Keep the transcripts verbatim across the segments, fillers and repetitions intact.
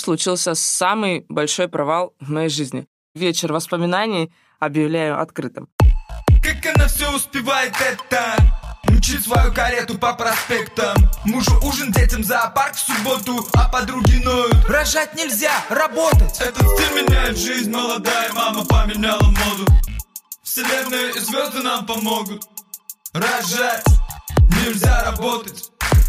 случился самый большой провал в моей жизни. Вечер воспоминаний объявляю открытым. Как она все успевает это? Мчит свою карету по проспектам. Мужу ужин, детям зоопарк в субботу, а подруги ноют. Рожать нельзя, работать. Этот стиль меняет жизнь, молодая мама поменяла моду. Вселенная и звезды нам помогут. Рожать нельзя, работать.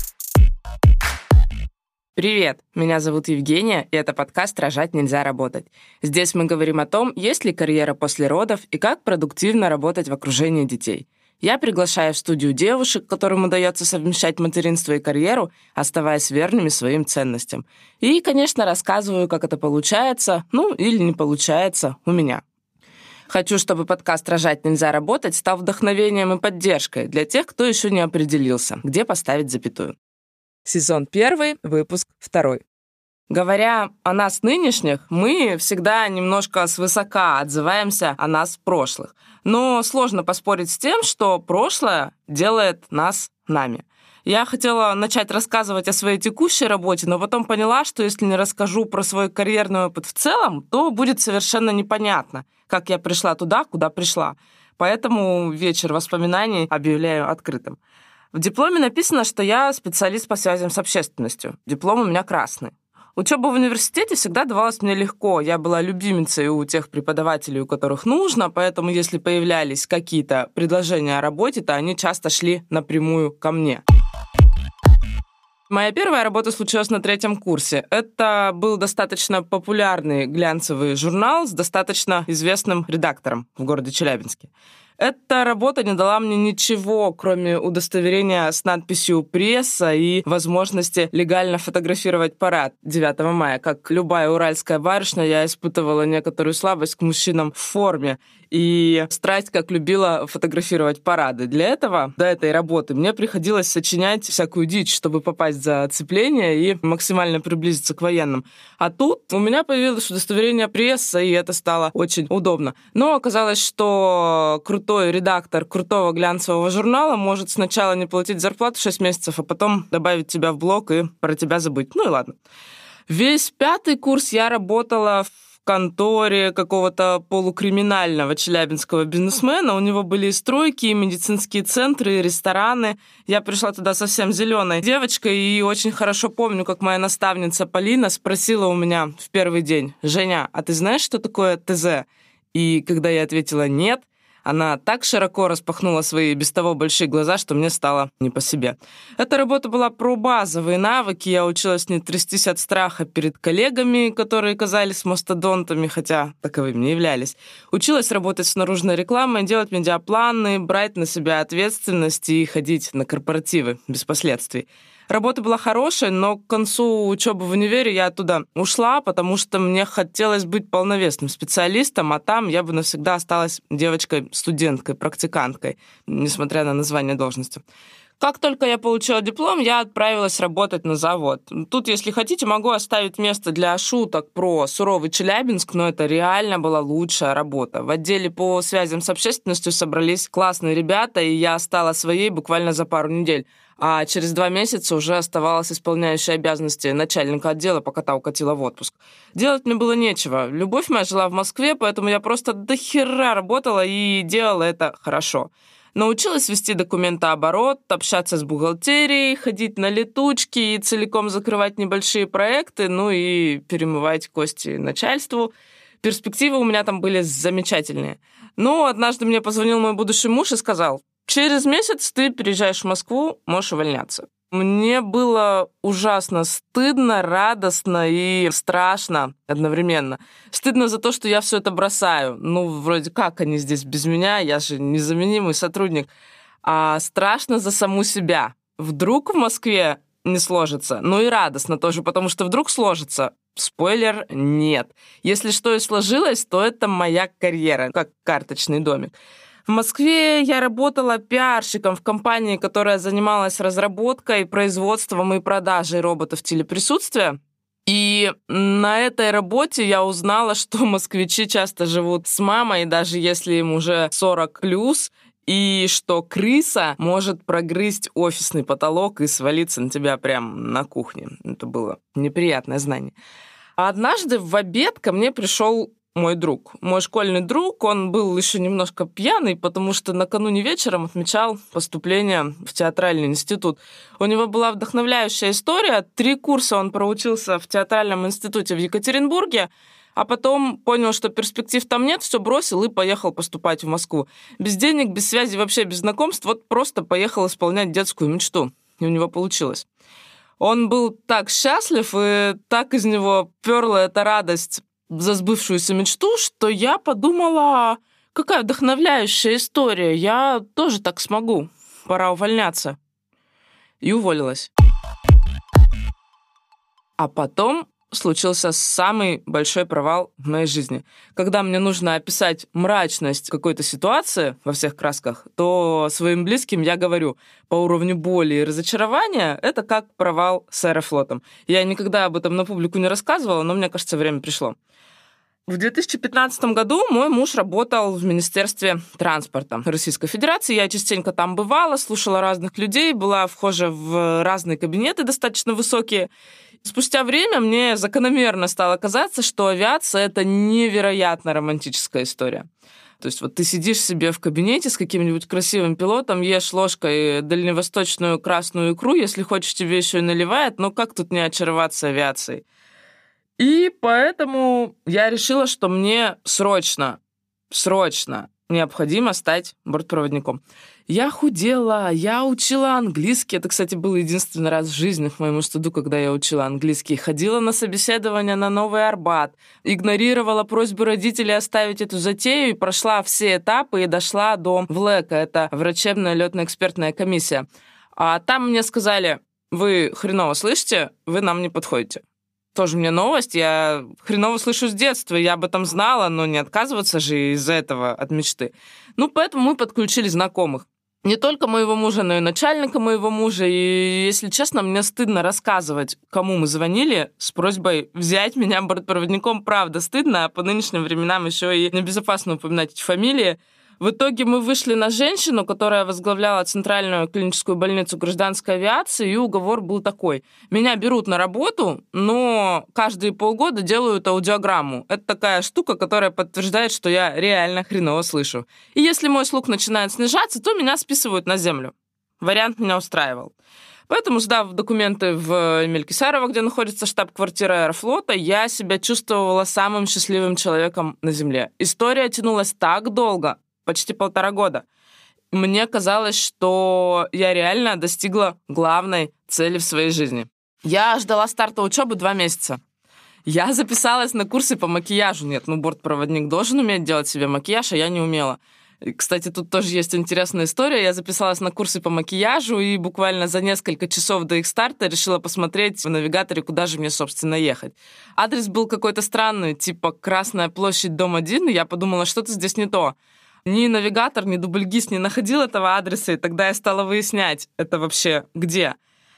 Привет, меня зовут Евгения, и это подкаст «Рожать нельзя, работать». Здесь мы говорим о том, есть ли карьера после родов и как продуктивно работать в окружении детей. Я приглашаю в студию девушек, которым удается совмещать материнство и карьеру, оставаясь верными своим ценностям. И, конечно, рассказываю, как это получается, ну или не получается у меня. Хочу, чтобы подкаст «Рожать нельзя, работать» стал вдохновением и поддержкой для тех, кто еще не определился, где поставить запятую. Сезон первый, выпуск второй. Говоря о нас нынешних, мы всегда немножко свысока отзываемся о нас прошлых. Но сложно поспорить с тем, что прошлое делает нас нами. Я хотела начать рассказывать о своей текущей работе, но потом поняла, что если не расскажу про свой карьерный опыт в целом, то будет совершенно непонятно, как я пришла туда, куда пришла. Поэтому вечер воспоминаний объявляю открытым. В дипломе написано, что я специалист по связям с общественностью. Диплом у меня красный. Учеба в университете всегда давалась мне легко. Я была любимицей у тех преподавателей, у которых нужно, поэтому если появлялись какие-то предложения о работе, то они часто шли напрямую ко мне. Моя первая работа случилась на третьем курсе. Это был достаточно популярный глянцевый журнал с достаточно известным редактором в городе Челябинске. Эта работа не дала мне ничего, кроме удостоверения с надписью «Пресса» и возможности легально фотографировать парад девятого мая. Как любая уральская барышня, я испытывала некоторую слабость к мужчинам в форме и страсть, как любила фотографировать парады. Для этого, до этой работы, мне приходилось сочинять всякую дичь, чтобы попасть за оцепление и максимально приблизиться к военным. А тут у меня появилось удостоверение «Пресса», и это стало очень удобно. Но оказалось, что крутой редактор крутого глянцевого журнала может сначала не платить зарплату шесть месяцев, а потом добавить тебя в блог и про тебя забыть. Ну и ладно. Весь пятый курс я работала в конторе какого-то полукриминального челябинского бизнесмена. У него были и стройки, и медицинские центры, и рестораны. Я пришла туда совсем зеленой девочкой, и очень хорошо помню, как моя наставница Полина спросила у меня в первый день: «Женя, а ты знаешь, что такое ТЗ?» И когда я ответила «нет», она так широко распахнула свои без того большие глаза, что мне стало не по себе. Эта работа была про базовые навыки. Я училась не трястись от страха перед коллегами, которые казались мастодонтами, хотя таковыми не являлись. Училась работать с наружной рекламой, делать медиапланы, брать на себя ответственность и ходить на корпоративы без последствий. Работа была хорошая, но к концу учебы в универе я оттуда ушла, потому что мне хотелось быть полновесным специалистом, а там я бы навсегда осталась девочкой-студенткой, практиканткой, несмотря на название должности. Как только я получила диплом, я отправилась работать на завод. Тут, если хотите, могу оставить место для шуток про суровый Челябинск, но это реально была лучшая работа. В отделе по связям с общественностью собрались классные ребята, и я стала своей буквально за пару недель. А через два месяца уже оставалась исполняющей обязанности начальника отдела, пока та укатила в отпуск. Делать мне было нечего. Любовь моя жила в Москве, поэтому я просто дохера работала и делала это хорошо. Научилась вести документооборот, общаться с бухгалтерией, ходить на летучки и целиком закрывать небольшие проекты, ну и перемывать кости начальству. Перспективы у меня там были замечательные. Но однажды мне позвонил мой будущий муж и сказал: «Через месяц ты переезжаешь в Москву, можешь увольняться». Мне было ужасно стыдно, радостно и страшно одновременно. Стыдно за то, что я все это бросаю. Ну, вроде как они здесь без меня, я же незаменимый сотрудник. А страшно за саму себя. Вдруг в Москве не сложится. Ну и радостно тоже, потому что вдруг сложится. Спойлер, нет. Если что и сложилось, то это моя карьера, как карточный домик. В Москве я работала пиарщиком в компании, которая занималась разработкой, производством и продажей роботов телеприсутствия. И на этой работе я узнала, что москвичи часто живут с мамой, даже если им уже сорок плюс, и что крыса может прогрызть офисный потолок и свалиться на тебя прямо на кухне. Это было неприятное знание. А однажды в обед ко мне пришел мой друг. Мой школьный друг, он был еще немножко пьяный, потому что накануне вечером отмечал поступление в театральный институт. У него была вдохновляющая история. Три курса он проучился в театральном институте в Екатеринбурге, а потом понял, что перспектив там нет, все бросил и поехал поступать в Москву. Без денег, без связи, вообще без знакомств, вот просто поехал исполнять детскую мечту. И у него получилось. Он был так счастлив, и так из него перла эта радость за сбывшуюся мечту, что я подумала, какая вдохновляющая история, я тоже так смогу, пора увольняться. И уволилась. А потом случился самый большой провал в моей жизни. Когда мне нужно описать мрачность какой-то ситуации во всех красках, то своим близким я говорю, по уровню боли и разочарования, это как провал с Аэрофлотом. Я никогда об этом на публику не рассказывала, но мне кажется, время пришло. В две тысячи пятнадцатом году мой муж работал в Министерстве транспорта Российской Федерации. Я частенько там бывала, слушала разных людей, была вхожа в разные кабинеты достаточно высокие. Спустя время мне закономерно стало казаться, что авиация — это невероятно романтическая история. То есть вот ты сидишь себе в кабинете с каким-нибудь красивым пилотом, ешь ложкой дальневосточную красную икру, если хочешь, тебе еще и наливает, но как тут не очароваться авиацией? И поэтому я решила, что мне срочно, срочно необходимо стать бортпроводником. Я худела, я учила английский. Это, кстати, был единственный раз в жизни, к моему стыду, когда я учила английский. Ходила на собеседование на Новый Арбат, игнорировала просьбы родителей оставить эту затею и прошла все этапы и дошла до ВЛЭКа. Это врачебная летно-экспертная комиссия. А там мне сказали, вы хреново слышите, вы нам не подходите. Тоже мне новость, я хреново слышу с детства, я об этом знала, но не отказываться же из-за этого от мечты. Ну, поэтому мы подключили знакомых. Не только моего мужа, но и начальника моего мужа. И, если честно, мне стыдно рассказывать, кому мы звонили с просьбой взять меня бортпроводником. Правда, стыдно, а по нынешним временам еще и небезопасно упоминать эти фамилии. В итоге мы вышли на женщину, которая возглавляла Центральную клиническую больницу гражданской авиации, и уговор был такой. Меня берут на работу, но каждые полгода делают аудиограмму. Это такая штука, которая подтверждает, что я реально хреново слышу. И если мой слух начинает снижаться, то меня списывают на землю. Вариант меня устраивал. Поэтому, сдав документы в Эмиль-Кисарово, где находится штаб-квартира Аэрофлота, я себя чувствовала самым счастливым человеком на Земле. История тянулась так долго, почти полтора года. Мне казалось, что я реально достигла главной цели в своей жизни. Я ждала старта учебы два месяца. Я записалась на курсы по макияжу. Нет, ну бортпроводник должен уметь делать себе макияж, а я не умела. И, кстати, тут тоже есть интересная история. Я записалась на курсы по макияжу и буквально за несколько часов до их старта решила посмотреть в навигаторе, куда же мне, собственно, ехать. Адрес был какой-то странный, типа Красная площадь, дом один, и я подумала, что-то здесь не то. Ни навигатор, ни дубльгиз не находил этого адреса, и тогда я стала выяснять, это вообще где.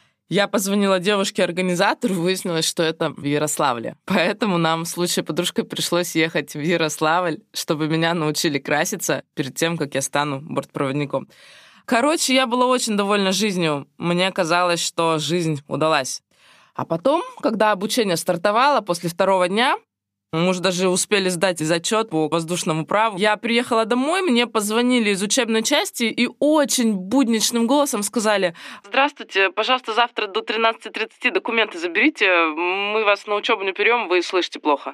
Я позвонила девушке-организатору, выяснилось, что это в Ярославле. Поэтому нам с лучшей подружкой пришлось ехать в Ярославль, чтобы меня научили краситься перед тем, как я стану бортпроводником. Короче, я была очень довольна жизнью. Мне казалось, что жизнь удалась. А потом, когда обучение стартовало, после второго дня, мы уже даже успели сдать зачет по воздушному праву. Я приехала домой, мне позвонили из учебной части и очень будничным голосом сказали: «Здравствуйте, пожалуйста, завтра до тринадцати тридцати документы заберите, мы вас на учебу не берем, вы слышите плохо».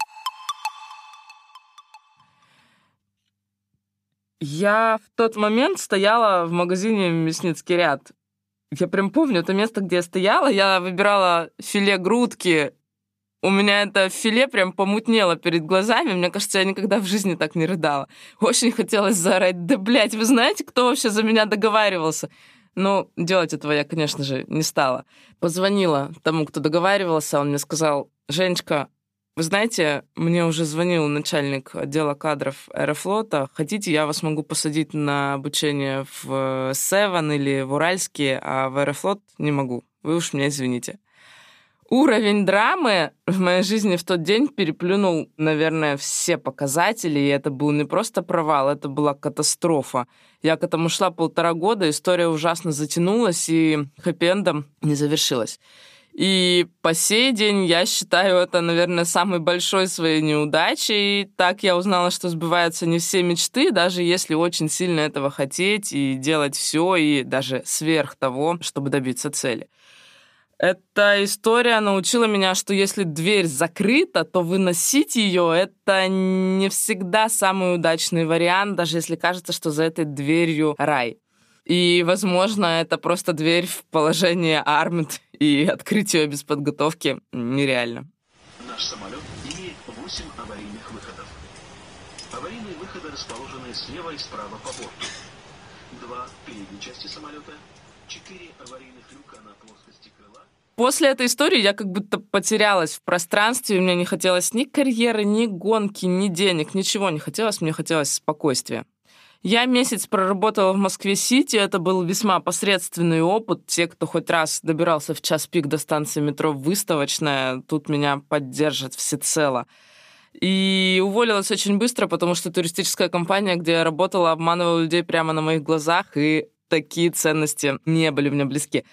Я в тот момент стояла в магазине «Мясницкий ряд». Я прям помню это место, где я стояла, я выбирала филе грудки. У меня это филе прям помутнело перед глазами. Мне кажется, я никогда в жизни так не рыдала. Очень хотелось заорать: да, блядь, вы знаете, кто вообще за меня договаривался? Но делать этого я, конечно же, не стала. Позвонила тому, кто договаривался. Он мне сказал: Женечка, вы знаете, мне уже звонил начальник отдела кадров Аэрофлота. Хотите, я вас могу посадить на обучение в Севен или в Уральский, а в Аэрофлот не могу. Вы уж меня извините. Уровень драмы в моей жизни в тот день переплюнул, наверное, все показатели, и это был не просто провал, это была катастрофа. Я к этому шла полтора года, история ужасно затянулась и хэппи-эндом не завершилась. И по сей день я считаю это, наверное, самой большой своей неудачей. Так я узнала, что сбываются не все мечты, даже если очень сильно этого хотеть и делать все, и даже сверх того, чтобы добиться цели. Эта история научила меня, что если дверь закрыта, то выносить ее — это не всегда самый удачный вариант, даже если кажется, что за этой дверью рай. И, возможно, это просто дверь в положение армед, и открыть ее без подготовки нереально. Наш самолет имеет восемь аварийных выходов. Аварийные выходы расположены слева и справа по борту. Два в передней части самолета, четыре аварийных люка на плоскости крыла. После этой истории я как будто потерялась в пространстве, мне не хотелось ни карьеры, ни гонки, ни денег, ничего не хотелось, мне хотелось спокойствия. Я месяц проработала в Москве-Сити, это был весьма посредственный опыт. Те, кто хоть раз добирался в час пик до станции метро Выставочная, тут меня поддержат всецело. И уволилась очень быстро, потому что туристическая компания, где я работала, обманывала людей прямо на моих глазах, и такие ценности не были мне близки.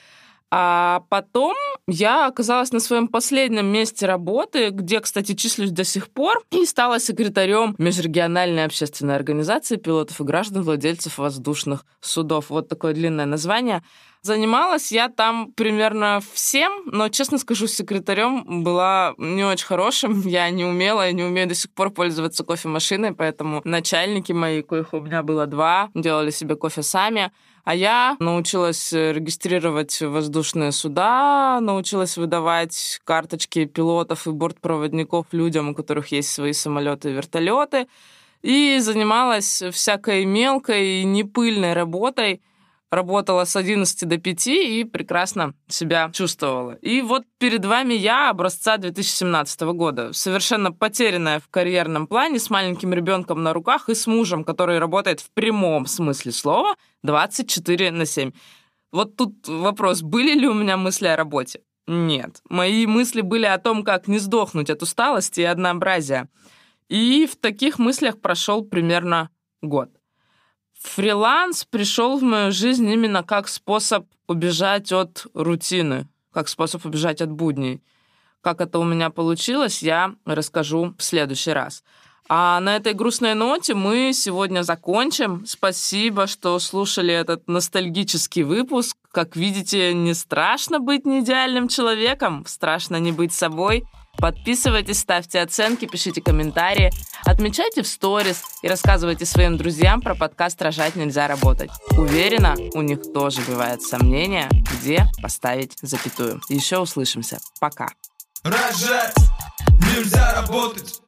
А потом я оказалась на своем последнем месте работы, где, кстати, числюсь до сих пор, и стала секретарем межрегиональной общественной организации пилотов и граждан, владельцев воздушных судов. Вот такое длинное название. Занималась я там примерно всем, но, честно скажу, секретарем была не очень хорошим. Я не умела и не умею до сих пор пользоваться кофемашиной, поэтому начальники мои, коих у меня было два, делали себе кофе сами. А я научилась регистрировать воздушные суда, научилась выдавать карточки пилотов и бортпроводников людям, у которых есть свои самолеты и вертолеты, и занималась всякой мелкой, непыльной работой. Работала с одиннадцати до пяти и прекрасно себя чувствовала. И вот перед вами я образца две тысячи семнадцатого года, совершенно потерянная в карьерном плане, с маленьким ребенком на руках и с мужем, который работает в прямом смысле слова двадцать четыре на семь. Вот тут вопрос, были ли у меня мысли о работе? Нет. Мои мысли были о том, как не сдохнуть от усталости и однообразия. И в таких мыслях прошел примерно год. Фриланс пришел в мою жизнь именно как способ убежать от рутины, как способ убежать от будней. Как это у меня получилось, я расскажу в следующий раз. А на этой грустной ноте мы сегодня закончим. Спасибо, что слушали этот ностальгический выпуск. Как видите, не страшно быть не идеальным человеком, страшно не быть собой. Подписывайтесь, ставьте оценки, пишите комментарии, отмечайте в сторис и рассказывайте своим друзьям про подкаст «Рожать нельзя работать». Уверена, у них тоже бывают сомнения, где поставить запятую. Еще услышимся. Пока. Рожать нельзя работать.